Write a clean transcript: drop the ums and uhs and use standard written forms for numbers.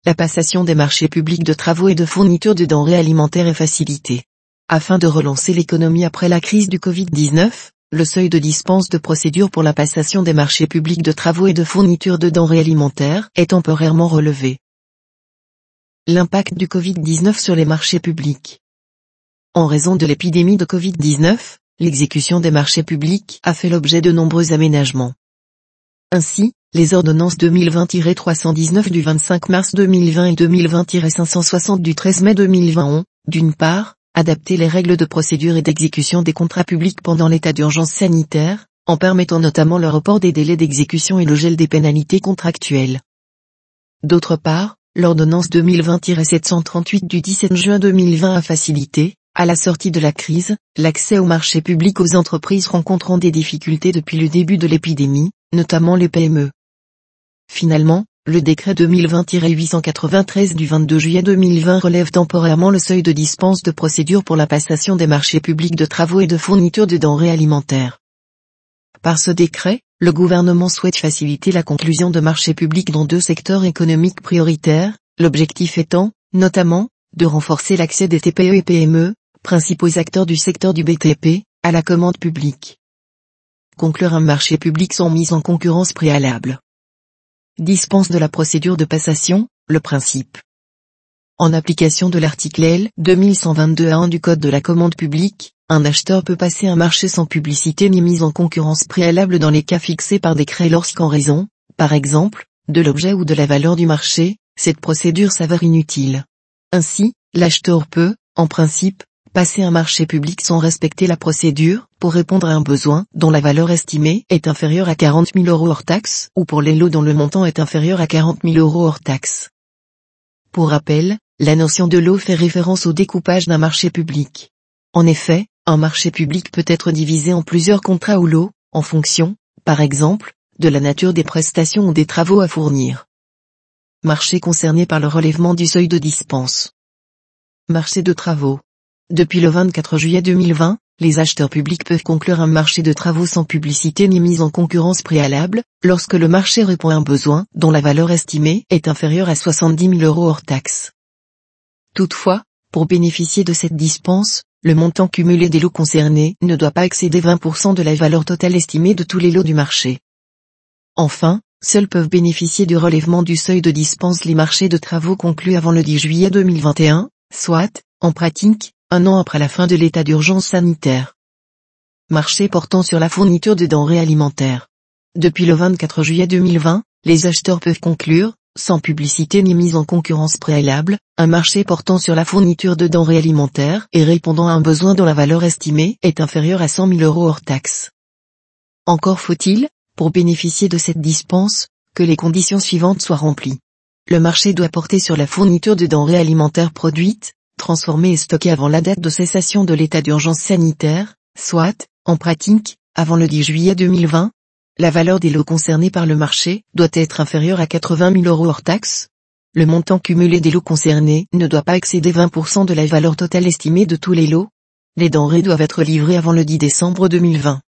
la passation des marchés publics de travaux et de fournitures de denrées alimentaires est facilitée. Afin de relancer l'économie après la crise du Covid-19, le seuil de dispense de procédure pour la passation des marchés publics de travaux et de fournitures de denrées alimentaires est temporairement relevé. L'impact du Covid-19 sur les marchés publics. En raison de l'épidémie de Covid-19, l'exécution des marchés publics a fait l'objet de nombreux aménagements. Ainsi, les ordonnances 2020-319 du 25 mars 2020 et 2020-560 du 13 mai 2020 ont, d'une part, adapté les règles de procédure et d'exécution des contrats publics pendant l'état d'urgence sanitaire, en permettant notamment le report des délais d'exécution et le gel des pénalités contractuelles. D'autre part, l'ordonnance 2020-738 du 17 juin 2020 a facilité, à la sortie de la crise, l'accès aux marchés publics aux entreprises rencontrant des difficultés depuis le début de l'épidémie, notamment les PME. Finalement, le décret 2020-893 du 22 juillet 2020 relève temporairement le seuil de dispense de procédure pour la passation des marchés publics de travaux et de fournitures de denrées alimentaires. Par ce décret, le gouvernement souhaite faciliter la conclusion de marchés publics dans 2 secteurs économiques prioritaires, l'objectif étant, notamment, de renforcer l'accès des TPE et PME, principaux acteurs du secteur du BTP, à la commande publique. Conclure un marché public sans mise en concurrence préalable. Dispense de la procédure de passation, le principe. En application de l'article L. 2122-1 du Code de la commande publique, un acheteur peut passer un marché sans publicité ni mise en concurrence préalable dans les cas fixés par décret lorsqu'en raison, par exemple, de l'objet ou de la valeur du marché, cette procédure s'avère inutile. Ainsi, l'acheteur peut, en principe, passer un marché public sans respecter la procédure, pour répondre à un besoin dont la valeur estimée est inférieure à 40 000 € hors taxe, ou pour les lots dont le montant est inférieur à 40 000 € hors taxe. Pour rappel, la notion de lot fait référence au découpage d'un marché public. En effet, un marché public peut être divisé en plusieurs contrats ou lots, en fonction, par exemple, de la nature des prestations ou des travaux à fournir. Marché concerné par le relèvement du seuil de dispense. Marché de travaux. Depuis le 24 juillet 2020, les acheteurs publics peuvent conclure un marché de travaux sans publicité ni mise en concurrence préalable, lorsque le marché répond à un besoin dont la valeur estimée est inférieure à 70 000 € hors taxe. Toutefois, pour bénéficier de cette dispense, le montant cumulé des lots concernés ne doit pas excéder 20% de la valeur totale estimée de tous les lots du marché. Enfin, seuls peuvent bénéficier du relèvement du seuil de dispense les marchés de travaux conclus avant le 10 juillet 2021, soit, en pratique, 1 an après la fin de l'état d'urgence sanitaire. Marché portant sur la fourniture de denrées alimentaires. Depuis le 24 juillet 2020, les acheteurs peuvent conclure, sans publicité ni mise en concurrence préalable, un marché portant sur la fourniture de denrées alimentaires et répondant à un besoin dont la valeur estimée est inférieure à 100 000 € hors taxe. Encore faut-il, pour bénéficier de cette dispense, que les conditions suivantes soient remplies. Le marché doit porter sur la fourniture de denrées alimentaires produites, transformées et stockées avant la date de cessation de l'état d'urgence sanitaire, soit, en pratique, avant le 10 juillet 2020. La valeur des lots concernés par le marché doit être inférieure à 80 000 € hors taxe. Le montant cumulé des lots concernés ne doit pas excéder 20% de la valeur totale estimée de tous les lots. Les denrées doivent être livrées avant le 10 décembre 2020.